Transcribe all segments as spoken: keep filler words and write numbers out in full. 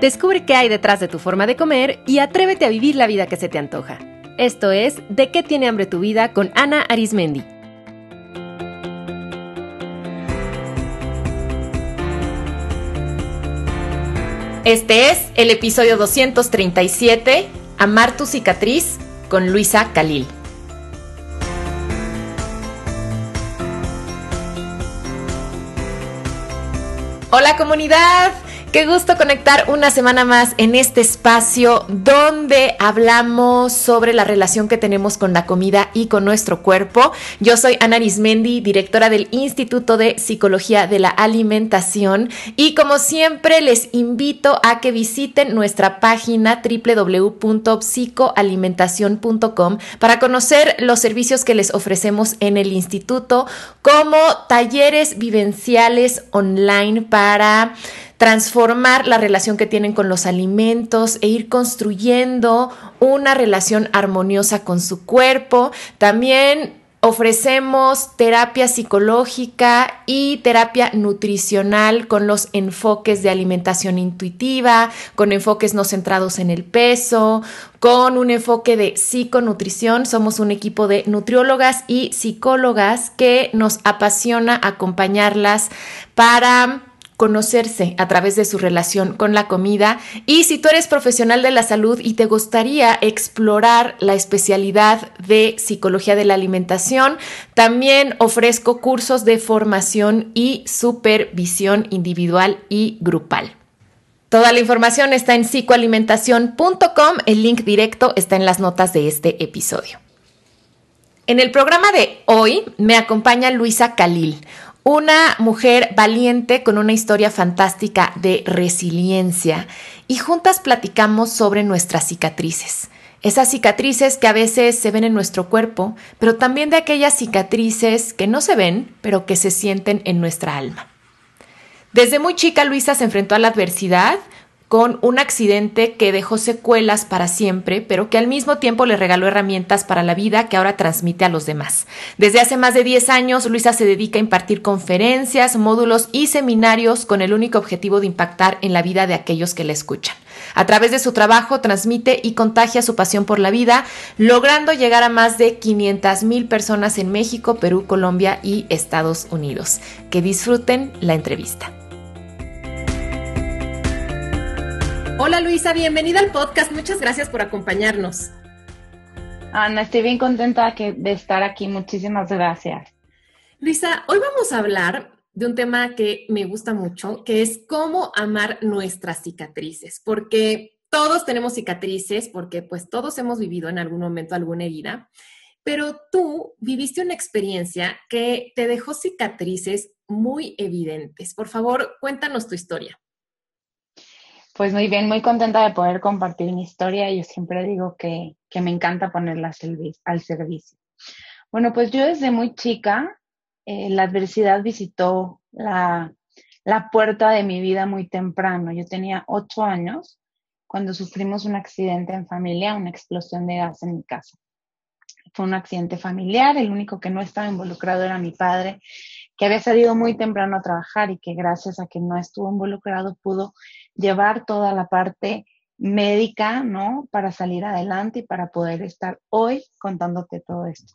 Descubre qué hay detrás de tu forma de comer y atrévete a vivir la vida que se te antoja. Esto es ¿De qué tiene hambre tu vida? Con Ana Arismendi. Este es el episodio doscientos treinta y siete, Amar tu cicatriz, con Luisa Khalil. Hola comunidad, qué gusto conectar una semana más en este espacio donde hablamos sobre la relación que tenemos con la comida y con nuestro cuerpo. Yo soy Ana Arismendi, directora del Instituto de Psicología de la Alimentación, y como siempre les invito a que visiten nuestra página doble u doble u doble u punto psicoalimentación punto com para conocer los servicios que les ofrecemos en el instituto, como talleres vivenciales online para transformar la relación que tienen con los alimentos e ir construyendo una relación armoniosa con su cuerpo. También ofrecemos terapia psicológica y terapia nutricional con los enfoques de alimentación intuitiva, con enfoques no centrados en el peso, con un enfoque de psiconutrición. Somos un equipo de nutriólogas y psicólogas que nos apasiona acompañarlas para conocerse a través de su relación con la comida. Y si tú eres profesional de la salud y te gustaría explorar la especialidad de psicología de la alimentación, también ofrezco cursos de formación y supervisión individual y grupal. Toda la información está en psicoalimentación punto com. El link directo está en las notas de este episodio. En el programa de hoy me acompaña Luisa Khalil, una mujer valiente con una historia fantástica de resiliencia, y juntas platicamos sobre nuestras cicatrices. Esas cicatrices que a veces se ven en nuestro cuerpo, pero también de aquellas cicatrices que no se ven, pero que se sienten en nuestra alma. Desde muy chica, Luisa se enfrentó a la adversidad con un accidente que dejó secuelas para siempre, pero que al mismo tiempo le regaló herramientas para la vida que ahora transmite a los demás. Desde hace más de diez años, Luisa se dedica a impartir conferencias, módulos y seminarios con el único objetivo de impactar en la vida de aquellos que la escuchan. A través de su trabajo, transmite y contagia su pasión por la vida, logrando llegar a más de quinientas mil personas en México, Perú, Colombia y Estados Unidos. Que disfruten la entrevista. Hola Luisa, bienvenida al podcast. Muchas gracias por acompañarnos. Ana, estoy bien contenta que, de estar aquí. Muchísimas gracias. Luisa, hoy vamos a hablar de un tema que me gusta mucho, que es cómo amar nuestras cicatrices, porque todos tenemos cicatrices, porque pues todos hemos vivido en algún momento alguna herida, pero tú viviste una experiencia que te dejó cicatrices muy evidentes. Por favor, cuéntanos tu historia. Pues muy bien, muy contenta de poder compartir mi historia. Yo siempre digo que, que me encanta ponerla al servicio. Bueno, pues yo desde muy chica, eh, la adversidad visitó la, la puerta de mi vida muy temprano. Yo tenía ocho años cuando sufrimos un accidente en familia, una explosión de gas en mi casa. Fue un accidente familiar, el único que no estaba involucrado era mi padre, que había salido muy temprano a trabajar y que gracias a que no estuvo involucrado pudo llevar toda la parte médica, ¿no? Para salir adelante y para poder estar hoy contándote todo esto.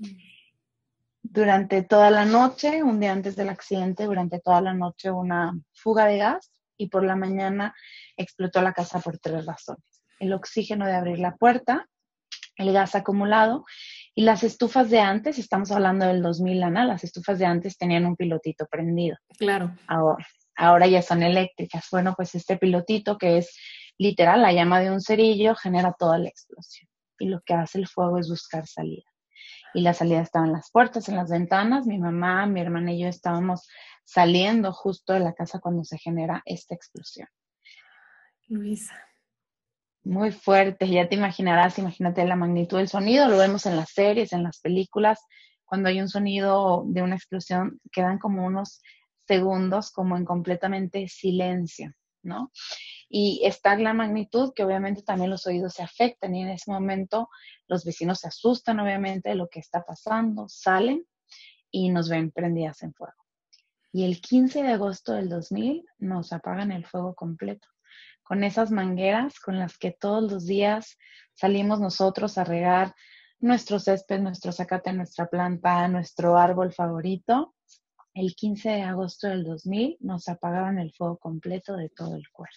Durante toda la noche, un día antes del accidente, durante toda la noche una fuga de gas y por la mañana explotó la casa por tres razones. El oxígeno de abrir la puerta, el gas acumulado y las estufas de antes, estamos hablando del dos mil, Ana, las estufas de antes tenían un pilotito prendido. Claro. Ahora, ahora ya son eléctricas. Bueno, pues este pilotito, que es literal la llama de un cerillo, genera toda la explosión. Y lo que hace el fuego es buscar salida. Y la salida estaba en las puertas, en las ventanas. Mi mamá, mi hermana y yo estábamos saliendo justo de la casa cuando se genera esta explosión. Luisa. Muy fuerte, ya te imaginarás, imagínate la magnitud del sonido, lo vemos en las series, en las películas, cuando hay un sonido de una explosión, quedan como unos segundos como en completamente silencio, ¿no? Y está la magnitud que obviamente también los oídos se afectan y en ese momento los vecinos se asustan obviamente de lo que está pasando, salen y nos ven prendidas en fuego. Y el quince de agosto del dos mil nos apagan el fuego completo. con esas mangueras con las que todos los días salimos nosotros a regar nuestro césped, nuestro zacate, nuestra planta, nuestro árbol favorito. El quince de agosto del dos mil nos apagaron el fuego completo de todo el cuerpo.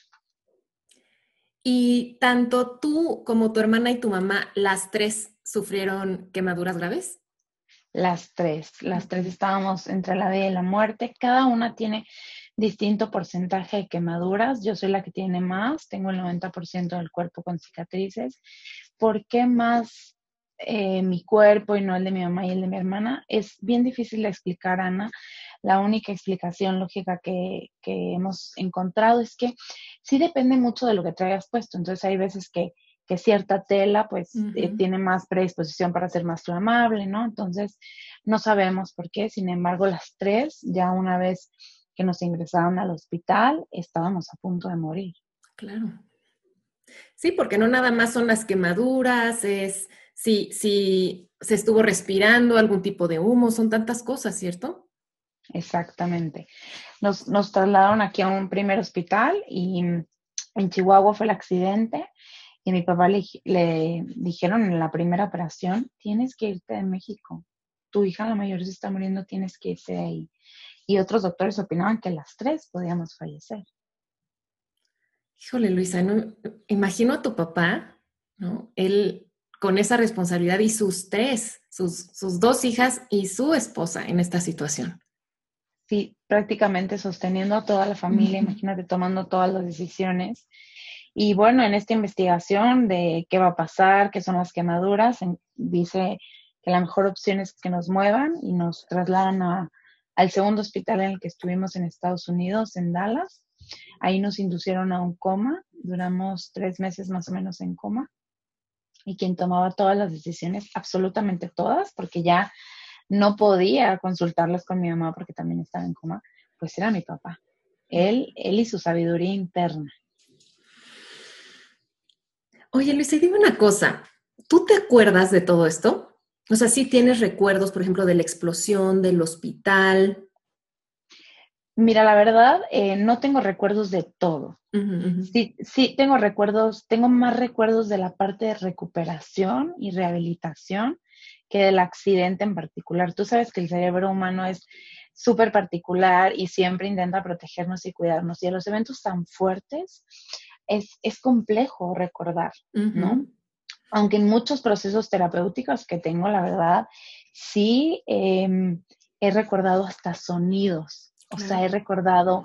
¿Y tanto tú como tu hermana y tu mamá, las tres sufrieron quemaduras graves? Las tres, las tres estábamos entre la vida y la muerte. Cada una tiene distinto porcentaje de quemaduras. Yo soy la que tiene más, tengo el noventa por ciento del cuerpo con cicatrices. ¿Por qué más eh, mi cuerpo y no el de mi mamá y el de mi hermana? Es bien difícil de explicar, Ana. La única explicación lógica que, que hemos encontrado es que sí depende mucho de lo que traigas puesto. Entonces hay veces que que cierta tela pues uh-huh. eh, tiene más predisposición para ser más flamable, ¿no? Entonces no sabemos por qué, sin embargo las tres, ya una vez que nos ingresaron al hospital, estábamos a punto de morir. Claro. Sí, porque no nada más son las quemaduras, es si, si se estuvo respirando algún tipo de humo, son tantas cosas, ¿cierto? Exactamente. Nos, nos trasladaron aquí a un primer hospital y en Chihuahua fue el accidente. Y a mi papá le, le dijeron en la primera operación, tienes que irte de México. Tu hija, la mayor, se está muriendo, tienes que irte de ahí. Y otros doctores opinaban que las tres podíamos fallecer. Híjole, Luisa, no, imagino a tu papá, ¿no? Él con esa responsabilidad y sus tres, sus, sus dos hijas y su esposa en esta situación. Sí, prácticamente sosteniendo a toda la familia, uh-huh. Imagínate tomando todas las decisiones. Y bueno, en esta investigación de qué va a pasar, qué son las quemaduras, en, dice que la mejor opción es que nos muevan y nos trasladan a, al segundo hospital en el que estuvimos en Estados Unidos, en Dallas. Ahí nos inducieron a un coma, duramos tres meses más o menos en coma. Y quien tomaba todas las decisiones, absolutamente todas, porque ya no podía consultarlas con mi mamá porque también estaba en coma, pues era mi papá. Él, él y su sabiduría interna. Oye, Luisa, dime una cosa, ¿tú te acuerdas de todo esto? O sea, ¿sí tienes recuerdos, por ejemplo, de la explosión, del hospital? Mira, la verdad, eh, no tengo recuerdos de todo. Uh-huh, uh-huh. Sí, sí tengo recuerdos, tengo más recuerdos de la parte de recuperación y rehabilitación que del accidente en particular. Tú sabes que el cerebro humano es súper particular y siempre intenta protegernos y cuidarnos. Y a los eventos tan fuertes es, es complejo recordar, uh-huh. ¿no? Aunque en muchos procesos terapéuticos que tengo, la verdad, sí eh, he recordado hasta sonidos. O sea, he recordado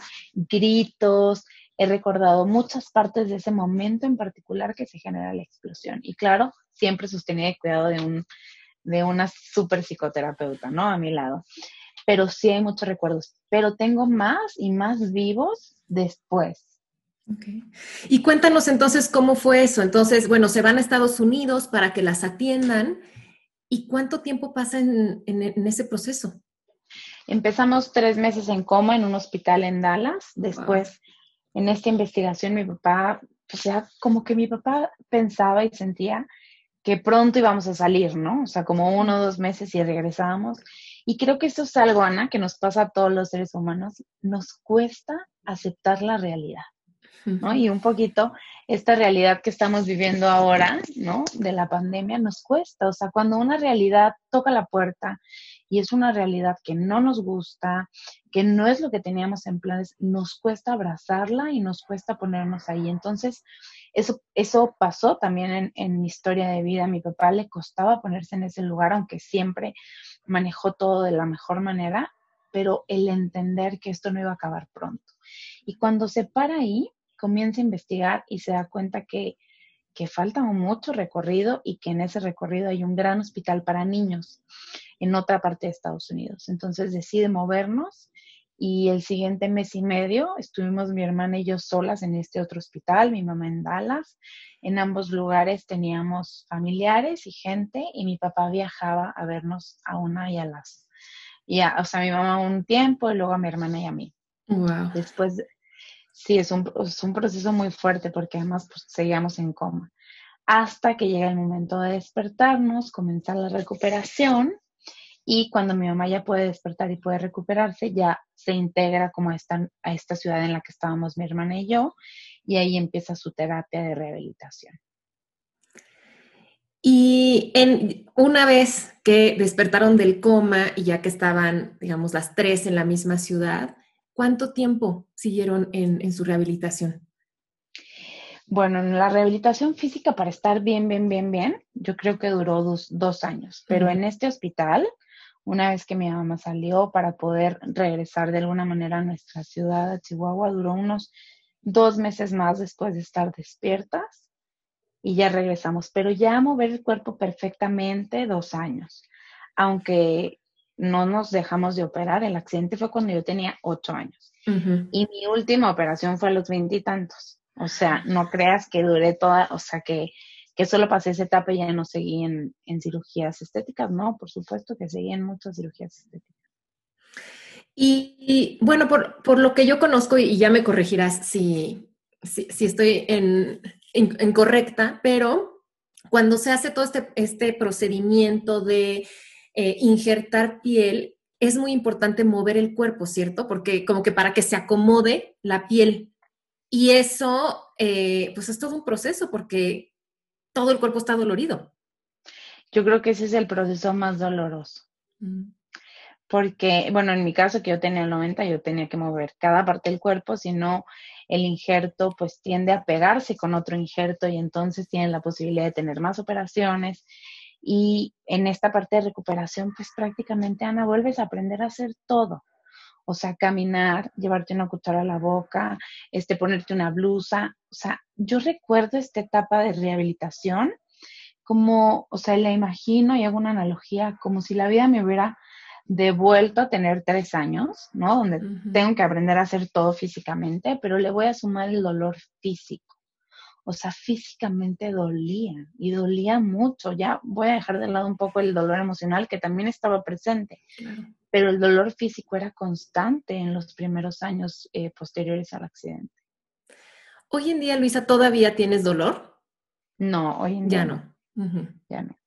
gritos, he recordado muchas partes de ese momento en particular que se genera la explosión. Y claro, siempre sostenida el cuidado de, un, de una súper psicoterapeuta, ¿no? A mi lado. Pero sí hay muchos recuerdos. Pero tengo más y más vivos después. Okay. Y cuéntanos entonces cómo fue eso. Entonces, bueno, se van a Estados Unidos para que las atiendan. ¿Y cuánto tiempo pasa en, en, en ese proceso? Empezamos tres meses en coma en un hospital en Dallas. Después, wow. En esta investigación, mi papá, o sea, como que mi papá pensaba y sentía que pronto íbamos a salir, ¿no? O sea, como uno o dos meses y regresábamos. Y creo que eso es algo, Ana, que nos pasa a todos los seres humanos. Nos cuesta aceptar la realidad, ¿no? Y un poquito esta realidad que estamos viviendo ahora, ¿no? De la pandemia nos cuesta. O sea, cuando una realidad toca la puerta y es una realidad que no nos gusta, que no es lo que teníamos en planes, nos cuesta abrazarla y nos cuesta ponernos ahí. Entonces, eso, eso pasó también en, en mi historia de vida. A mi papá le costaba ponerse en ese lugar, aunque siempre manejó todo de la mejor manera, pero el entender que esto no iba a acabar pronto. Y cuando se para ahí, comienza a investigar y se da cuenta que, que falta mucho recorrido y que en ese recorrido hay un gran hospital para niños en otra parte de Estados Unidos. Entonces decide movernos y el siguiente mes y medio estuvimos mi hermana y yo solas en este otro hospital, mi mamá en Dallas. En ambos lugares teníamos familiares y gente y mi papá viajaba a vernos a una y a las, y a, o sea, a mi mamá un tiempo y luego a mi hermana y a mí. Wow. Después, sí, es un, es un proceso muy fuerte porque además pues, seguíamos en coma. Hasta que llega el momento de despertarnos, comenzar la recuperación. Y cuando mi mamá ya puede despertar y puede recuperarse, ya se integra como a esta, a esta ciudad en la que estábamos mi hermana y yo, y ahí empieza su terapia de rehabilitación. Y en, una vez que despertaron del coma y ya que estaban, digamos, las tres en la misma ciudad, ¿cuánto tiempo siguieron en, en su rehabilitación? Bueno, en la rehabilitación física para estar bien, bien, bien, bien, yo creo que duró dos, dos años, pero Uh-huh. en este hospital, una vez que mi mamá salió para poder regresar de alguna manera a nuestra ciudad, a Chihuahua, duró unos dos meses más después de estar despiertas y ya regresamos, pero ya a mover el cuerpo perfectamente dos años, aunque no nos dejamos de operar. El accidente fue cuando yo tenía ocho años Uh-huh. y mi última operación fue a los veintitantos. O sea, no creas que duré toda, o sea, que, que solo pasé esa etapa y ya no seguí en, en cirugías estéticas. No, por supuesto que seguí en muchas cirugías estéticas. Y, y, bueno, por, por lo que yo conozco, y ya me corregirás si, si, si estoy en, en, en, correcta, pero cuando se hace todo este, este procedimiento de eh, injertar piel, es muy importante mover el cuerpo, ¿cierto? Porque como que para que se acomode la piel. Y eso, eh, pues es todo un proceso porque todo el cuerpo está dolorido. Yo creo que ese es el proceso más doloroso. Mm. Porque, bueno, en mi caso que yo tenía el noventa, yo tenía que mover cada parte del cuerpo, si no el injerto pues tiende a pegarse con otro injerto y entonces tienen la posibilidad de tener más operaciones. Y en esta parte de recuperación pues prácticamente, Ana, vuelves a aprender a hacer todo. O sea, caminar, llevarte una cuchara a la boca, este, ponerte una blusa. O sea, yo recuerdo esta etapa de rehabilitación como, o sea, la imagino y hago una analogía como si la vida me hubiera devuelto a tener tres años, ¿no? Donde uh-huh. tengo que aprender a hacer todo físicamente, pero le voy a sumar el dolor físico. O sea, físicamente dolía y dolía mucho. Ya voy a dejar de lado un poco el dolor emocional que también estaba presente, claro. Pero el dolor físico era constante en los primeros años eh, posteriores al accidente. Hoy en día, Luisa, ¿todavía tienes dolor? No, hoy en día ya no. no. Uh-huh. Ya no.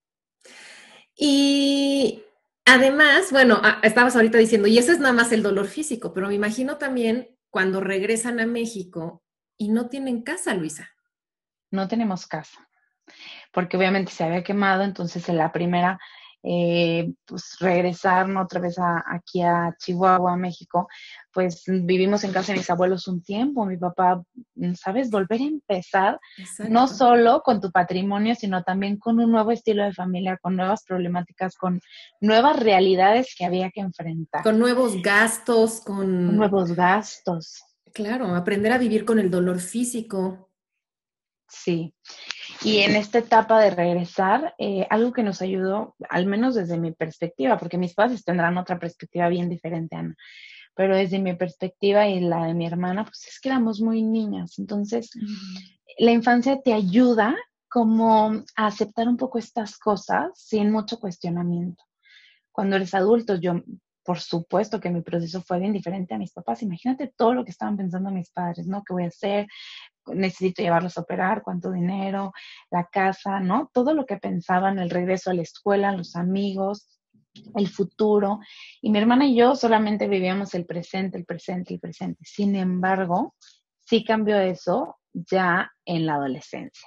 Y además, bueno, estabas ahorita diciendo, y ese es nada más el dolor físico, pero me imagino también cuando regresan a México y no tienen casa, Luisa. No tenemos casa, porque obviamente se había quemado, entonces en la primera, eh, pues regresar ¿no? otra vez a, aquí a Chihuahua, México, pues vivimos en casa de mis abuelos un tiempo, mi papá, ¿sabes? Volver a empezar, exacto. No solo con tu patrimonio, sino también con un nuevo estilo de familia, con nuevas problemáticas, con nuevas realidades que había que enfrentar. Con nuevos gastos, con... con nuevos gastos. Claro, aprender a vivir con el dolor físico. Sí. Y en esta etapa de regresar, eh, algo que nos ayudó, al menos desde mi perspectiva, porque mis padres tendrán otra perspectiva bien diferente, Ana, pero desde mi perspectiva y la de mi hermana, pues es que éramos muy niñas. Entonces, uh-huh. la infancia te ayuda como a aceptar un poco estas cosas sin mucho cuestionamiento. Cuando eres adulto, yo, por supuesto que mi proceso fue bien diferente a mis papás. Imagínate todo lo que estaban pensando mis padres, ¿no? ¿Qué voy a hacer? Necesito llevarlos a operar, cuánto dinero, la casa, ¿no? Todo lo que pensaban, el regreso a la escuela, los amigos, el futuro. Y mi hermana y yo solamente vivíamos el presente, el presente, el presente. Sin embargo, sí cambió eso ya en la adolescencia.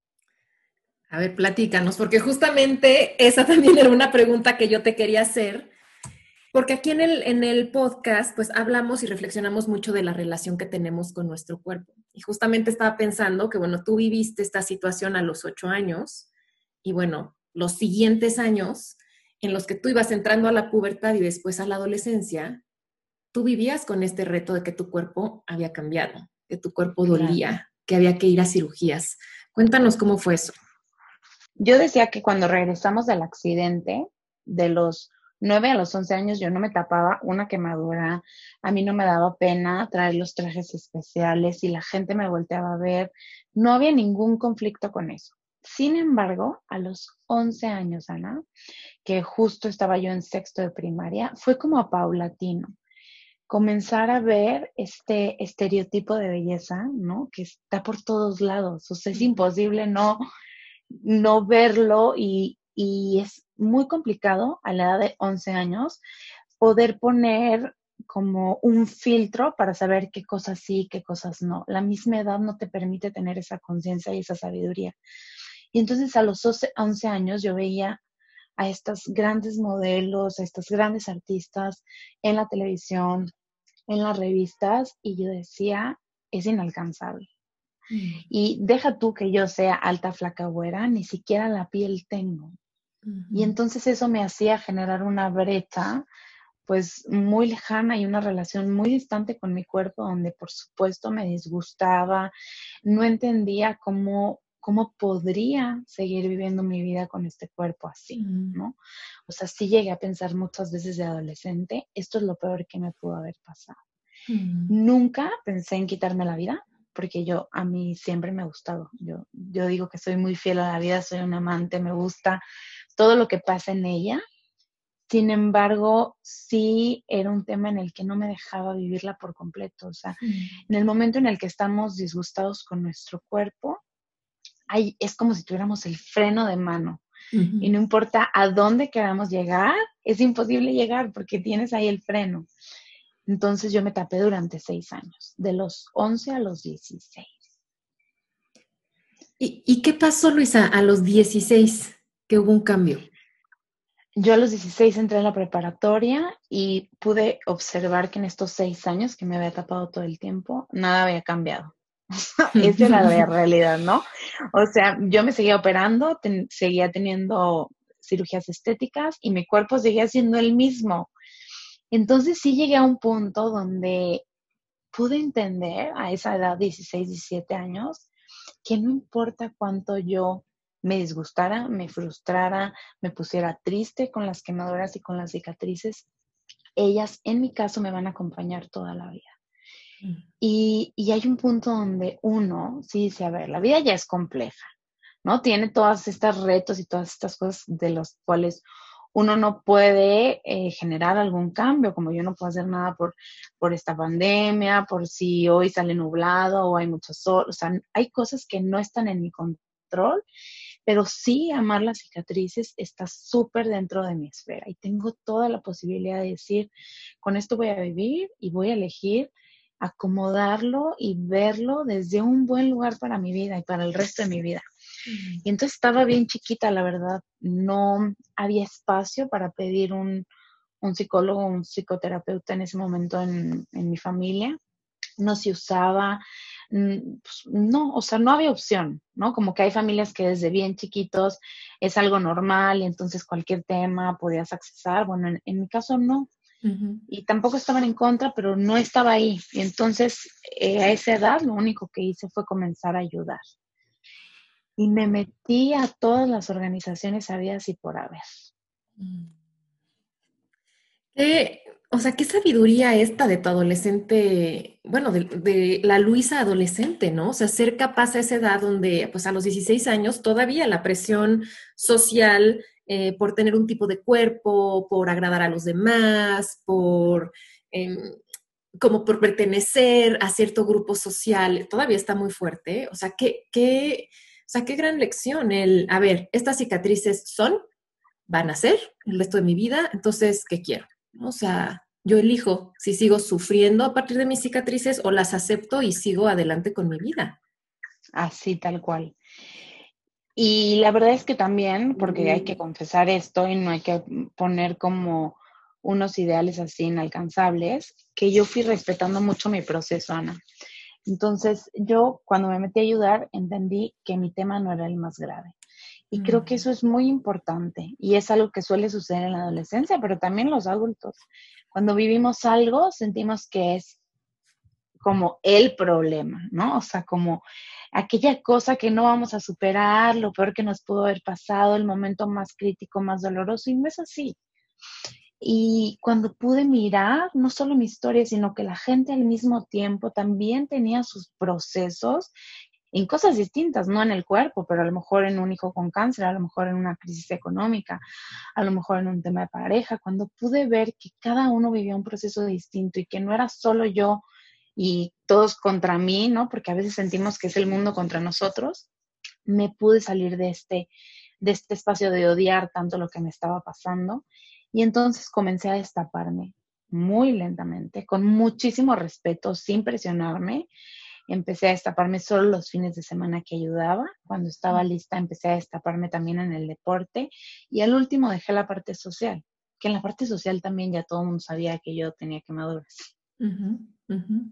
A ver, platícanos, porque justamente esa también era una pregunta que yo te quería hacer. Porque aquí en el, en el podcast, pues hablamos y reflexionamos mucho de la relación que tenemos con nuestro cuerpo. Y justamente estaba pensando que, bueno, tú viviste esta situación a los ocho años y, bueno, los siguientes años en los que tú ibas entrando a la pubertad y después a la adolescencia, tú vivías con este reto de que tu cuerpo había cambiado, que tu cuerpo dolía, claro. que había que ir a cirugías. Cuéntanos cómo fue eso. Yo decía que cuando regresamos del accidente, de los nueve a los once años yo no me tapaba una quemadura, a mí no me daba pena traer los trajes especiales y la gente me volteaba a ver, no había ningún conflicto con eso. Sin embargo, a los once años, Ana, que justo estaba yo en sexto de primaria, fue como paulatino. Comenzar a ver este estereotipo de belleza, ¿no? Que está por todos lados, o sea, es imposible no, no verlo y y es muy complicado a la edad de once años poder poner como un filtro para saber qué cosas sí, qué cosas no. La misma edad no te permite tener esa conciencia y esa sabiduría. Y entonces a los once años yo veía a estas grandes modelos, a estos grandes artistas en la televisión, en las revistas, y yo decía, es inalcanzable. Mm. Y deja tú que yo sea alta, flaca, güera, ni siquiera la piel tengo. Uh-huh. Y entonces eso me hacía generar una brecha pues muy lejana y una relación muy distante con mi cuerpo, donde por supuesto me disgustaba, no entendía cómo, cómo podría seguir viviendo mi vida con este cuerpo así, ¿no? O sea, sí llegué a pensar muchas veces de adolescente, esto es lo peor que me pudo haber pasado. Mm. Nunca pensé en quitarme la vida, porque yo, a mí siempre me ha gustado. Yo, yo digo que soy muy fiel a la vida, soy un amante, me gusta todo lo que pasa en ella. Sin embargo, sí era un tema en el que no me dejaba vivirla por completo. O sea, mm. en el momento en el que estamos disgustados con nuestro cuerpo, hay, es como si tuviéramos el freno de mano. Uh-huh. Y no importa a dónde queramos llegar, es imposible llegar porque tienes ahí el freno. Entonces yo me tapé durante seis años, de los once a los dieciséis. ¿Y, y qué pasó, Luisa, a los dieciséis? Que hubo un cambio. Yo a los dieciséis entré en la preparatoria y pude observar que en estos seis años que me había tapado todo el tiempo, nada había cambiado. Esa era la realidad, ¿no? O sea, yo me seguía operando, ten, seguía teniendo cirugías estéticas y mi cuerpo seguía siendo el mismo. Entonces sí llegué a un punto donde pude entender a esa edad, dieciséis, diecisiete años, que no importa cuánto yo me disgustara, me frustrara, me pusiera triste con las quemaduras y con las cicatrices, ellas en mi caso me van a acompañar toda la vida. Mm. Y, y hay un punto donde uno sí dice, a ver, la vida ya es compleja, ¿no? Tiene todas estas retos y todas estas cosas de los cuales uno no puede eh, generar algún cambio, como yo no puedo hacer nada por, por esta pandemia, por si hoy sale nublado o hay mucho sol, o sea, hay cosas que no están en mi control, pero sí amar las cicatrices está súper dentro de mi esfera y tengo toda la posibilidad de decir, con esto voy a vivir y voy a elegir acomodarlo y verlo desde un buen lugar para mi vida y para el resto de mi vida. Y entonces estaba bien chiquita, la verdad, no había espacio para pedir un, un psicólogo, un psicoterapeuta en ese momento en, en mi familia, no se usaba, pues, no, o sea, no había opción, ¿no? Como que hay familias que desde bien chiquitos es algo normal y entonces cualquier tema podías accesar, bueno, en, en mi caso no. Uh-huh. Y tampoco estaban en contra, pero no estaba ahí. Y entonces, eh, a esa edad, lo único que hice fue comenzar a ayudar. Y me metí a todas las organizaciones habidas y por haber. ¿Qué, o sea, qué sabiduría esta de tu adolescente, bueno, de, de la Luisa adolescente, ¿no? O sea, ser capaz a esa edad donde, pues a los dieciséis años, todavía la presión social eh, por tener un tipo de cuerpo, por agradar a los demás, por... Eh, como por pertenecer a cierto grupo social, todavía está muy fuerte. O sea, qué, qué, o sea, qué gran lección el, a ver, estas cicatrices son, van a ser el resto de mi vida, entonces, ¿qué quiero? O sea, yo elijo si sigo sufriendo a partir de mis cicatrices o las acepto y sigo adelante con mi vida. Así, tal cual. Y la verdad es que también, porque hay que confesar esto y no hay que poner como unos ideales así inalcanzables, que yo fui respetando mucho mi proceso, Ana. Entonces, yo cuando me metí a ayudar, entendí que mi tema no era el más grave. Y mm. creo que eso es muy importante y es algo que suele suceder en la adolescencia, pero también los adultos. Cuando vivimos algo, sentimos que es como el problema, ¿no? O sea, como aquella cosa que no vamos a superar, lo peor que nos pudo haber pasado, el momento más crítico, más doloroso, y no es así. Y cuando pude mirar, no solo mi historia, sino que la gente al mismo tiempo también tenía sus procesos en cosas distintas, no en el cuerpo, pero a lo mejor en un hijo con cáncer, a lo mejor en una crisis económica, a lo mejor en un tema de pareja, cuando pude ver que cada uno vivía un proceso distinto y que no era solo yo y todos contra mí, ¿no? Porque a veces sentimos que es el mundo contra nosotros, me pude salir de este de este espacio de odiar tanto lo que me estaba pasando. Y entonces comencé a destaparme muy lentamente, con muchísimo respeto, sin presionarme. Empecé a destaparme solo los fines de semana que ayudaba. Cuando estaba lista, empecé a destaparme también en el deporte. Y al último dejé la parte social, que en la parte social también ya todo el mundo sabía que yo tenía que madurar. Uh-huh, uh-huh.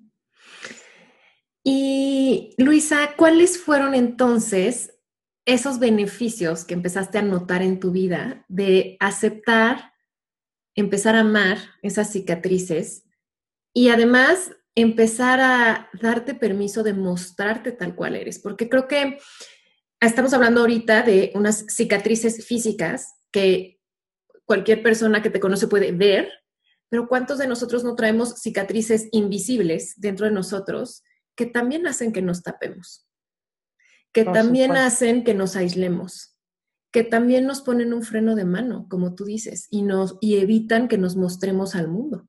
Y Luisa, ¿cuáles fueron entonces esos beneficios que empezaste a notar en tu vida de aceptar, empezar a amar esas cicatrices y además empezar a darte permiso de mostrarte tal cual eres? Porque creo que estamos hablando ahorita de unas cicatrices físicas que cualquier persona que te conoce puede ver, pero ¿cuántos de nosotros no traemos cicatrices invisibles dentro de nosotros que también hacen que nos tapemos, que Por también supuesto. hacen que nos aislemos, que también nos ponen un freno de mano, como tú dices, y, nos, y evitan que nos mostremos al mundo?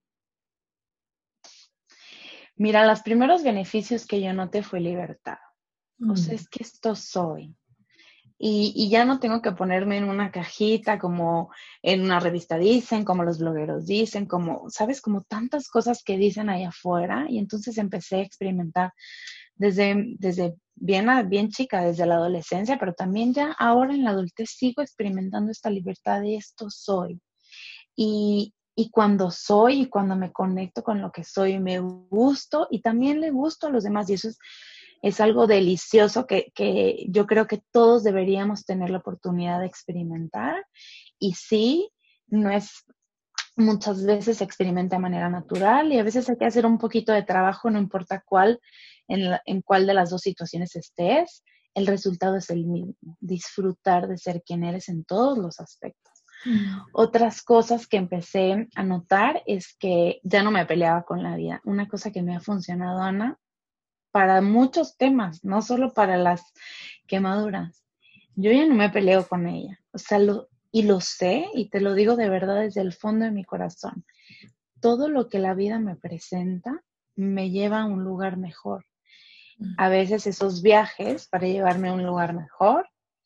Mira, los primeros beneficios que yo noté fue libertad. O sea, Mm. es que esto soy. Y, y ya no tengo que ponerme en una cajita como en una revista dicen, como los blogueros dicen, como, ¿sabes? Como tantas cosas que dicen allá afuera. Y entonces empecé a experimentar desde, desde bien, a- bien chica, desde la adolescencia, pero también ya ahora en la adultez sigo experimentando esta libertad de esto soy. Y, y cuando soy y cuando me conecto con lo que soy, me gusto y también le gusto a los demás. Y eso es es algo delicioso que, que yo creo que todos deberíamos tener la oportunidad de experimentar. Y sí, no es, muchas veces se experimenta de manera natural y a veces hay que hacer un poquito de trabajo, no importa cuál, en, la, en cuál de las dos situaciones estés, el resultado es el mismo, disfrutar de ser quien eres en todos los aspectos. Mm. Otras cosas que empecé a notar es que ya no me peleaba con la vida. Una cosa que me ha funcionado, Ana, para muchos temas, no solo para las quemaduras. Yo ya no me peleo con ella, o sea, lo, y lo sé, y te lo digo de verdad desde el fondo de mi corazón. Todo lo que la vida me presenta me lleva a un lugar mejor. A veces esos viajes para llevarme a un lugar mejor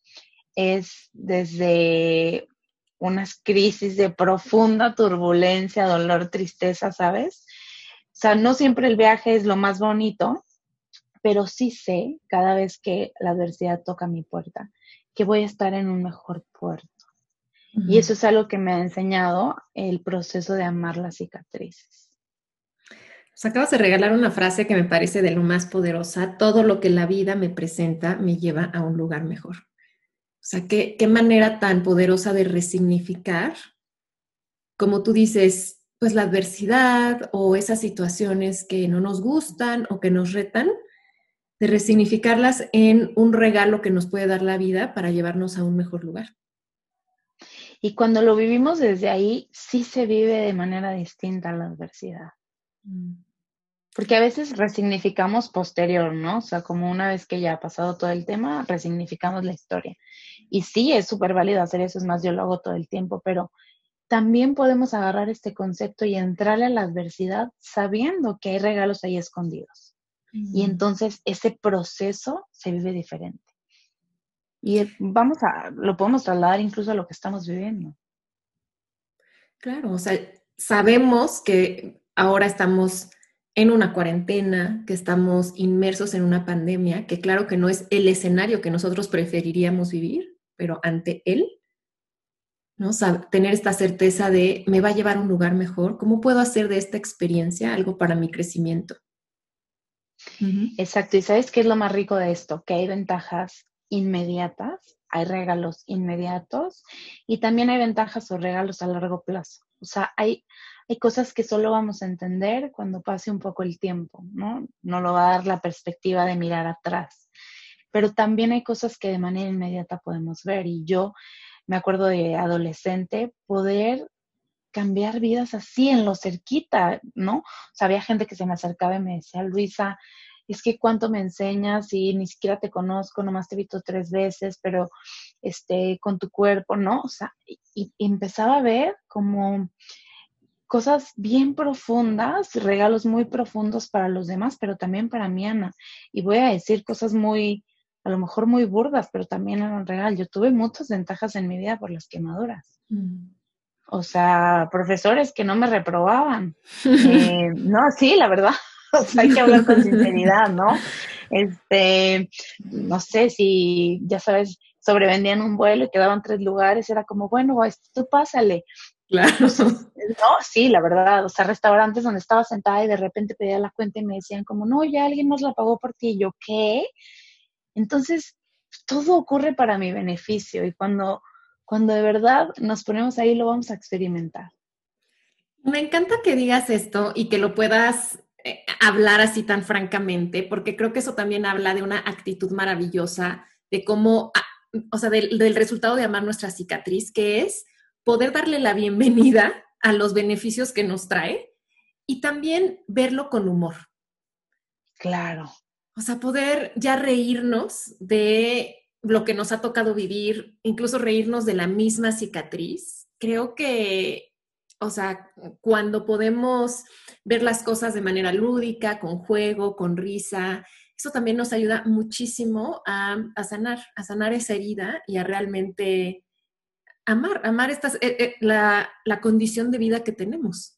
es desde unas crisis de profunda turbulencia, dolor, tristeza, ¿sabes? O sea, no siempre el viaje es lo más bonito, pero sí sé, cada vez que la adversidad toca mi puerta, que voy a estar en un mejor puerto. Y Mm. eso es algo que me ha enseñado el proceso de amar las cicatrices. Nos acabas de regalar una frase que me parece de lo más poderosa: todo lo que la vida me presenta me lleva a un lugar mejor. O sea, qué, qué manera tan poderosa de resignificar, como tú dices, pues la adversidad o esas situaciones que no nos gustan o que nos retan, de resignificarlas en un regalo que nos puede dar la vida para llevarnos a un mejor lugar. Y cuando lo vivimos desde ahí, sí se vive de manera distinta la adversidad. Mm. Porque a veces resignificamos posterior, ¿no? O sea, como una vez que ya ha pasado todo el tema, resignificamos la historia. Y sí, es súper válido hacer eso, es más, yo lo hago todo el tiempo, pero también podemos agarrar este concepto y entrarle a la adversidad sabiendo que hay regalos ahí escondidos. Y Mm. entonces ese proceso se vive diferente. Y vamos a, lo podemos trasladar incluso a lo que estamos viviendo. Claro, o sea, sabemos que ahora estamos en una cuarentena, que estamos inmersos en una pandemia, que claro que no es el escenario que nosotros preferiríamos vivir, pero ante él, ¿no? Sab- tener esta certeza de me va a llevar a un lugar mejor, ¿cómo puedo hacer de esta experiencia algo para mi crecimiento? Ujú. Exacto. ¿Y sabes qué es lo más rico de esto? Que hay ventajas inmediatas, hay regalos inmediatos y también hay ventajas o regalos a largo plazo. O sea, hay, hay cosas que solo vamos a entender cuando pase un poco el tiempo, ¿no? No lo va a dar la perspectiva de mirar atrás. Pero también hay cosas que de manera inmediata podemos ver. Y yo me acuerdo de adolescente poder cambiar vidas así en lo cerquita, ¿no? O sea, había gente que se me acercaba y me decía, Luisa, es que cuánto me enseñas y ni siquiera te conozco, nomás te he visto tres veces, pero este, con tu cuerpo, ¿no? O sea, y, y empezaba a ver como cosas bien profundas, regalos muy profundos para los demás, pero también para mí, Ana. Y voy a decir cosas muy a lo mejor muy burdas, pero también eran real. Yo tuve muchas ventajas en mi vida por las quemaduras. Mm. O sea, profesores que no me reprobaban. Eh, no, sí, la verdad. O sea, hay que hablar con sinceridad, ¿no? Este, no sé si, ya sabes, sobrevendían un vuelo y quedaban tres lugares, era como, bueno, tú pásale. Claro. Entonces, no, sí, la verdad, o sea, restaurantes donde estaba sentada y de repente pedía la cuenta y me decían como, no, ya alguien nos la pagó por ti. Y yo, ¿qué? Entonces, todo ocurre para mi beneficio y cuando, cuando de verdad nos ponemos ahí lo vamos a experimentar. Me encanta que digas esto y que lo puedas eh, hablar así tan francamente, porque creo que eso también habla de una actitud maravillosa, de cómo, o sea, del, del resultado de amar nuestra cicatriz, que es poder darle la bienvenida a los beneficios que nos trae y también verlo con humor. Claro. O sea, poder ya reírnos de lo que nos ha tocado vivir, incluso reírnos de la misma cicatriz. Creo que, o sea, cuando podemos ver las cosas de manera lúdica, con juego, con risa, eso también nos ayuda muchísimo a, a sanar, a sanar esa herida y a realmente amar, amar estas, eh, eh, la, la condición de vida que tenemos.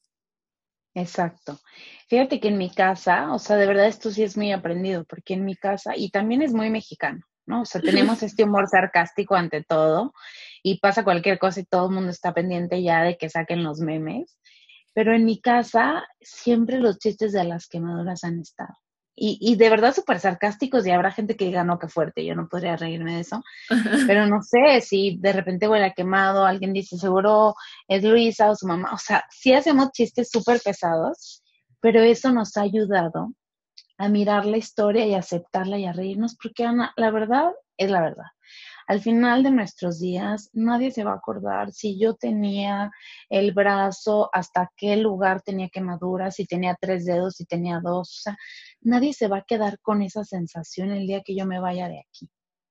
Exacto. Fíjate que en mi casa, o sea, de verdad esto sí es muy aprendido, porque en mi casa, y también es muy mexicano, ¿no? O sea, tenemos este humor sarcástico ante todo, y pasa cualquier cosa y todo el mundo está pendiente ya de que saquen los memes, pero en mi casa siempre los chistes de las quemaduras han estado. Y, y de verdad súper sarcásticos, y habrá gente que diga, no, qué fuerte, yo no podría reírme de eso, pero no sé, si de repente huele a quemado, alguien dice, seguro es Luisa o su mamá, o sea, sí hacemos chistes súper pesados, pero eso nos ha ayudado a mirar la historia y a aceptarla y a reírnos, porque Ana, la verdad es la verdad. Al final de nuestros días, nadie se va a acordar si yo tenía el brazo, hasta qué lugar tenía quemaduras, si tenía tres dedos, si tenía dos, o sea, nadie se va a quedar con esa sensación el día que yo me vaya de aquí.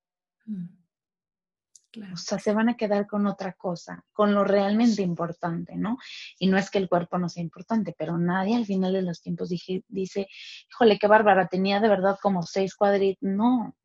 Claro. O sea, se van a quedar con otra cosa, con lo realmente importante, ¿no? Y no es que el cuerpo no sea importante, pero nadie al final de los tiempos dije, dice, híjole, qué bárbara, tenía de verdad como seis cuadritos. No.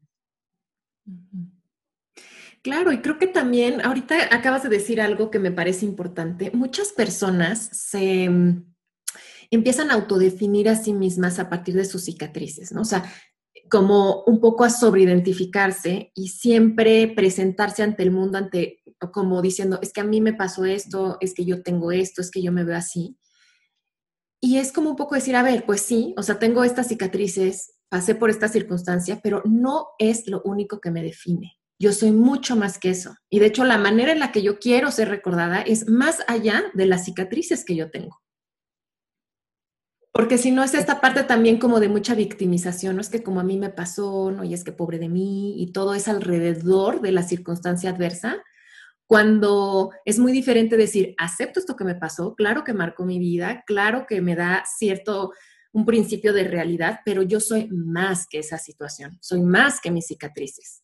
Claro, y creo que también, ahorita acabas de decir algo que me parece importante. Muchas personas se um, empiezan a autodefinir a sí mismas a partir de sus cicatrices, ¿no? O sea, como un poco a sobreidentificarse y siempre presentarse ante el mundo, ante, como diciendo, es que a mí me pasó esto, es que yo tengo esto, es que yo me veo así. Y es como un poco decir, a ver, pues sí, o sea, tengo estas cicatrices, pasé por esta circunstancia, pero no es lo único que me define. Yo soy mucho más que eso. Y de hecho, la manera en la que yo quiero ser recordada es más allá de las cicatrices que yo tengo. Porque si no es esta parte también como de mucha victimización, no es que como a mí me pasó, no, y es que pobre de mí, y todo es alrededor de la circunstancia adversa, cuando es muy diferente decir, acepto esto que me pasó, claro que marcó mi vida, claro que me da cierto, un principio de realidad, pero yo soy más que esa situación, soy más que mis cicatrices.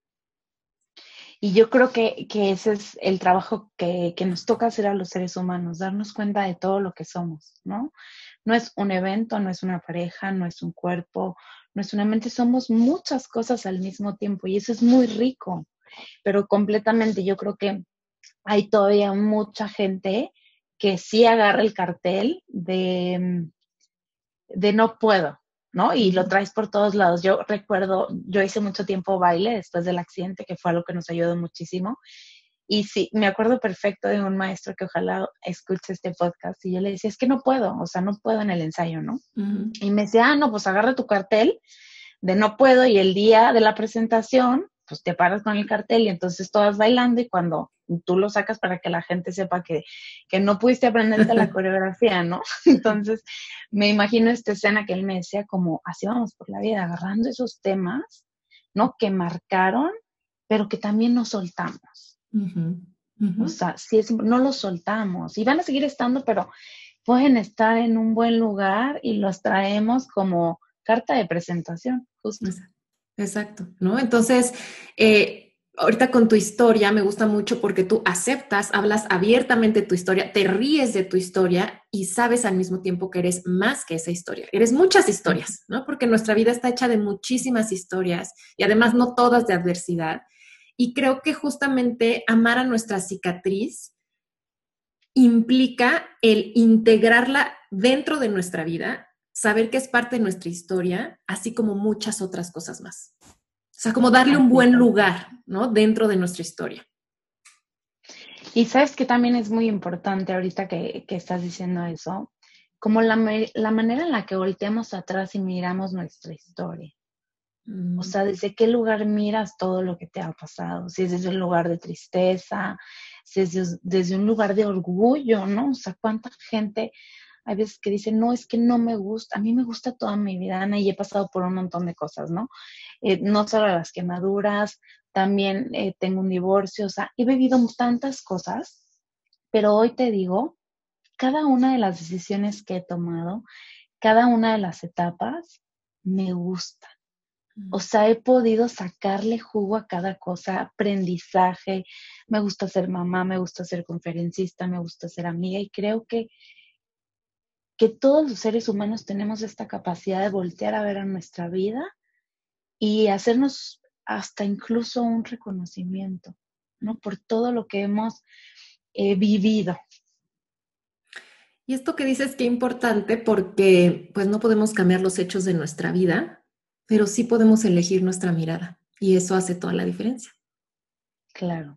Y yo creo que, que ese es el trabajo que, que nos toca hacer a los seres humanos, darnos cuenta de todo lo que somos, ¿no? No es un evento, no es una pareja, no es un cuerpo, no es una mente, somos muchas cosas al mismo tiempo y eso es muy rico, pero completamente yo creo que hay todavía mucha gente que sí agarra el cartel de, de no puedo, ¿no? Y lo traes por todos lados. Yo recuerdo, yo hice mucho tiempo baile después del accidente, que fue algo que nos ayudó muchísimo. Y sí, me acuerdo perfecto de un maestro que ojalá escuche este podcast y yo le decía, es que no puedo, o sea, no puedo en el ensayo, ¿no? Uh-huh. Y me decía, ah, no, pues agarra tu cartel de no puedo y el día de la presentación, pues te paras con el cartel y entonces todas bailando y cuando tú lo sacas para que la gente sepa que, que no pudiste aprenderte la coreografía, ¿no? Entonces me imagino esta escena que él me decía como, así vamos por la vida, agarrando esos temas, ¿no? Que marcaron, pero que también nos soltamos. Uh-huh. Uh-huh. O sea, sí es, no los soltamos y van a seguir estando, pero pueden estar en un buen lugar y los traemos como carta de presentación, justo. Exacto, ¿no? Entonces, eh, ahorita con tu historia me gusta mucho porque tú aceptas, hablas abiertamente de tu historia, te ríes de tu historia y sabes al mismo tiempo que eres más que esa historia. Eres muchas historias, ¿no? Porque nuestra vida está hecha de muchísimas historias y además no todas de adversidad. Y creo que justamente amar a nuestra cicatriz implica el integrarla dentro de nuestra vida, saber que es parte de nuestra historia, así como muchas otras cosas más. O sea, como darle un Así buen tal cual. lugar, ¿no? Dentro de nuestra historia. Y sabes que también es muy importante ahorita que, que estás diciendo eso, como la, me- la manera en la que volteamos atrás y miramos nuestra historia. O Mm. sea, ¿desde qué lugar miras todo lo que te ha pasado? Si es desde un lugar de tristeza, si es des- desde un lugar de orgullo, ¿no? O sea, ¿cuánta gente hay veces que dice, no, es que no me gusta, a mí me gusta toda mi vida, Ana, y he pasado por un montón de cosas, ¿no? Eh, no solo las quemaduras, también eh, tengo un divorcio, o sea, he vivido tantas cosas, pero hoy te digo, cada una de las decisiones que he tomado, cada una de las etapas, me gusta. O sea, he podido sacarle jugo a cada cosa, aprendizaje, me gusta ser mamá, me gusta ser conferencista, me gusta ser amiga y creo que, que todos los seres humanos tenemos esta capacidad de voltear a ver a nuestra vida y hacernos hasta incluso un reconocimiento, ¿no? Por todo lo que hemos eh, vivido. Y esto que dices que es importante porque pues no podemos cambiar los hechos de nuestra vida, pero sí podemos elegir nuestra mirada y eso hace toda la diferencia. Claro.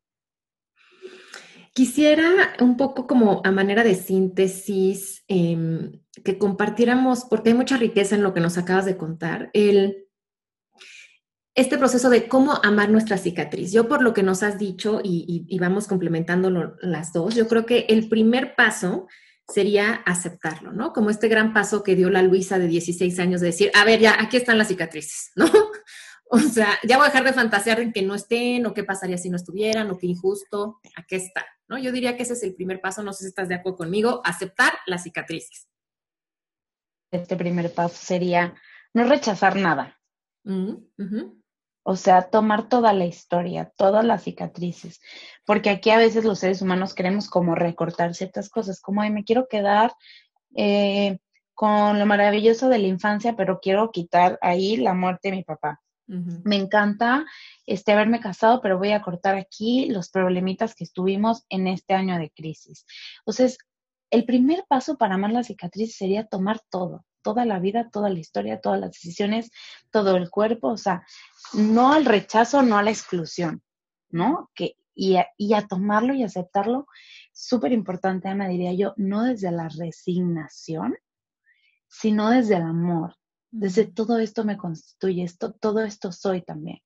Quisiera un poco como a manera de síntesis eh, que compartiéramos, porque hay mucha riqueza en lo que nos acabas de contar, el, este proceso de cómo amar nuestra cicatriz. Yo por lo que nos has dicho y, y, y vamos complementando las dos, yo creo que el primer paso sería aceptarlo, ¿no? Como este gran paso que dio la Luisa de dieciséis años de decir, a ver, ya, aquí están las cicatrices, ¿no? O sea, ya voy a dejar de fantasear en que no estén, o qué pasaría si no estuvieran, o qué injusto, aquí está, ¿no? Yo diría que ese es el primer paso, no sé si estás de acuerdo conmigo, aceptar las cicatrices. Este primer paso sería no rechazar nada. Mm, ujú. O sea, tomar toda la historia, todas las cicatrices, porque aquí a veces los seres humanos queremos como recortar ciertas cosas, como, ay, me quiero quedar eh, con lo maravilloso de la infancia, pero quiero quitar ahí la muerte de mi papá. Uh-huh. Me encanta este, haberme casado, pero voy a cortar aquí los problemitas que estuvimos en este año de crisis. Entonces, el primer paso para amar la cicatriz sería tomar todo, toda la vida, toda la historia, todas las decisiones, todo el cuerpo, o sea, no al rechazo, no a la exclusión, ¿no? Que, y, a, y a tomarlo y aceptarlo, súper importante, Ana, diría yo, no desde la resignación, sino desde el amor. Desde todo esto me constituye, esto, todo esto soy también.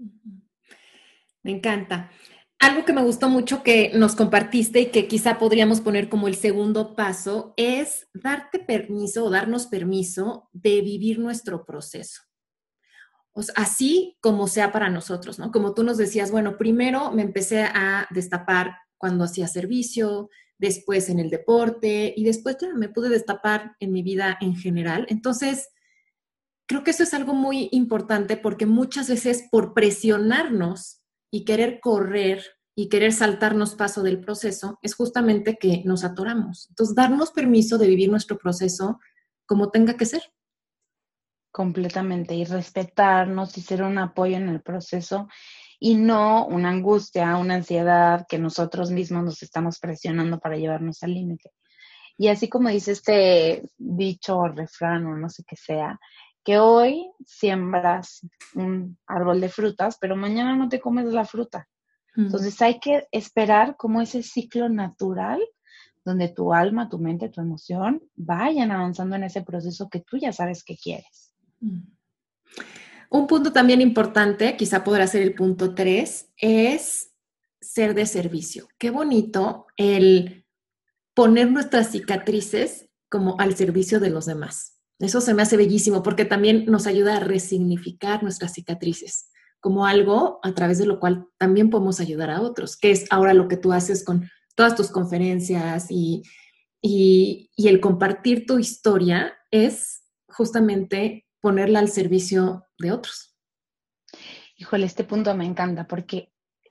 Me encanta. Algo que me gustó mucho que nos compartiste y que quizá podríamos poner como el segundo paso es darte permiso o darnos permiso de vivir nuestro proceso. O sea, así como sea para nosotros, ¿no? Como tú nos decías, bueno, primero me empecé a destapar cuando hacía servicio, después en el deporte y después ya me pude destapar en mi vida en general. Entonces, creo que eso es algo muy importante porque muchas veces por presionarnos y querer correr y querer saltarnos paso del proceso, es justamente que nos atoramos. Entonces, darnos permiso de vivir nuestro proceso como tenga que ser. Completamente, y respetarnos y ser un apoyo en el proceso y no una angustia, una ansiedad que nosotros mismos nos estamos presionando para llevarnos al límite. Y así como dice este dicho o refrán o no sé qué sea, que hoy siembras un árbol de frutas, pero mañana no te comes la fruta. Mm. Entonces hay que esperar como ese ciclo natural donde tu alma, tu mente, tu emoción vayan avanzando en ese proceso que tú ya sabes que quieres. Mm. Un punto también importante, quizá podrá ser el punto tres, es ser de servicio. Qué bonito el poner nuestras cicatrices como al servicio de los demás. Eso se me hace bellísimo porque también nos ayuda a resignificar nuestras cicatrices como algo a través de lo cual también podemos ayudar a otros, que es ahora lo que tú haces con todas tus conferencias y, y, y el compartir tu historia es justamente ponerla al servicio de otros. Híjole, este punto me encanta porque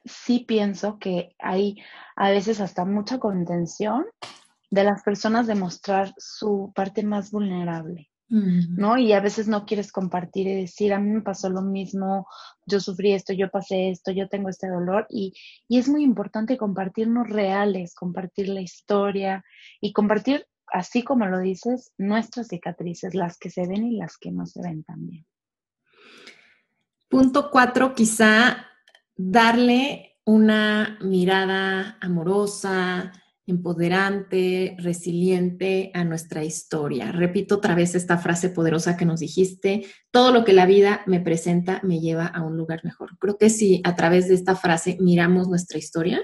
sí pienso que hay a veces hasta mucha contención de las personas de mostrar su parte más vulnerable, Mm. ¿no? Y a veces no quieres compartir y decir, a mí me pasó lo mismo, yo sufrí esto, yo pasé esto, yo tengo este dolor. Y, y es muy importante compartirnos reales, compartir la historia y compartir, así como lo dices, nuestras cicatrices, las que se ven y las que no se ven también. Punto cuatro, quizá darle una mirada amorosa, empoderante, resiliente a nuestra historia. Repito otra vez esta frase poderosa que nos dijiste: todo lo que la vida me presenta me lleva a un lugar mejor. Creo que si a través de esta frase miramos nuestra historia,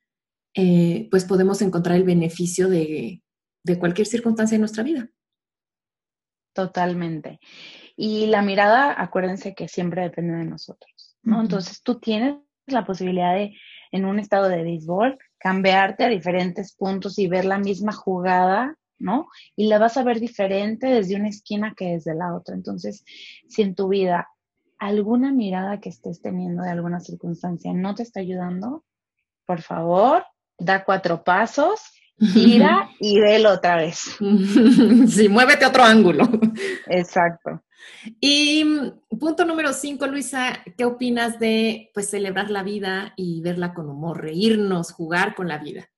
eh, pues podemos encontrar el beneficio de, de cualquier circunstancia en nuestra vida. Totalmente. Y la mirada, acuérdense que siempre depende de nosotros, ¿no? Uh-huh. Entonces tú tienes la posibilidad de, en un estado de béisbol, cambiarte a diferentes puntos y ver la misma jugada, ¿no? Y la vas a ver diferente desde una esquina que desde la otra. Entonces, si en tu vida alguna mirada que estés teniendo de alguna circunstancia no te está ayudando, por favor, da cuatro pasos, gira y velo otra vez. Sí, muévete a otro ángulo. Exacto. Y punto número cinco, Luisa, ¿qué opinas de pues celebrar la vida y verla con humor, reírnos, jugar con la vida?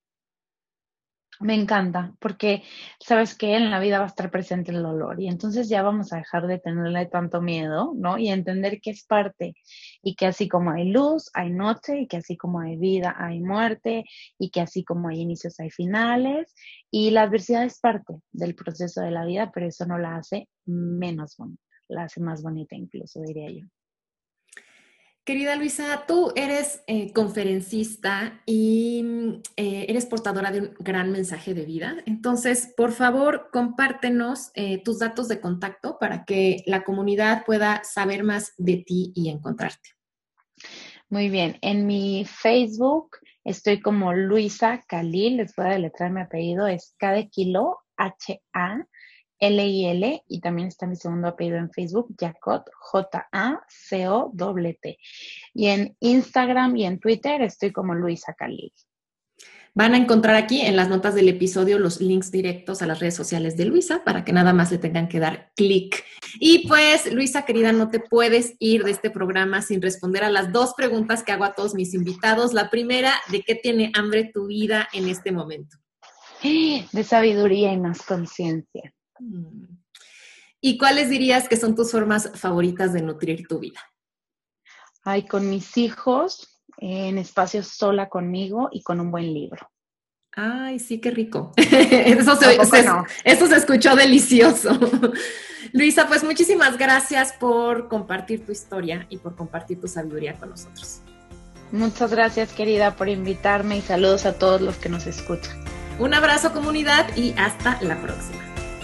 Me encanta, porque sabes que en la vida va a estar presente el dolor y entonces ya vamos a dejar de tenerle tanto miedo, ¿no? Y entender que es parte y que así como hay luz, hay noche, y que así como hay vida, hay muerte, y que así como hay inicios, hay finales, y la adversidad es parte del proceso de la vida, pero eso no la hace menos bonita, la hace más bonita incluso, diría yo. Querida Luisa, tú eres eh, conferencista y eh, eres portadora de un gran mensaje de vida. Entonces, por favor, compártenos eh, tus datos de contacto para que la comunidad pueda saber más de ti y encontrarte. Muy bien. En mi Facebook estoy como Luisa Khalil. Les voy a deletrear mi apellido. Es K de kilo, H A L I L, y también está mi segundo apellido en Facebook, Jacot, J A C O T T. Y en Instagram y en Twitter estoy como Luisa Khalil. Van a encontrar aquí en las notas del episodio los links directos a las redes sociales de Luisa para que nada más le tengan que dar clic. Y pues, Luisa, querida, no te puedes ir de este programa sin responder a las dos preguntas que hago a todos mis invitados. La primera, ¿de qué tiene hambre tu vida en este momento? De sabiduría y más conciencia. ¿Y cuáles dirías que son tus formas favoritas de nutrir tu vida? Ay, con mis hijos, en espacios sola conmigo y con un buen libro. Ay, sí, qué rico. Eso se, se, no? eso se escuchó delicioso. Luisa, pues muchísimas gracias por compartir tu historia y por compartir tu sabiduría con nosotros. Muchas gracias, querida, por invitarme y saludos a todos los que nos escuchan. Un abrazo, comunidad, y hasta la próxima.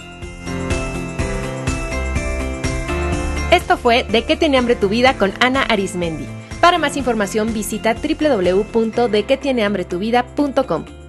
Esto fue ¿De qué tiene hambre tu vida? Con Ana Arismendi. Para más información visita doble u doble u doble u punto de que tiene hambre tu vida punto com.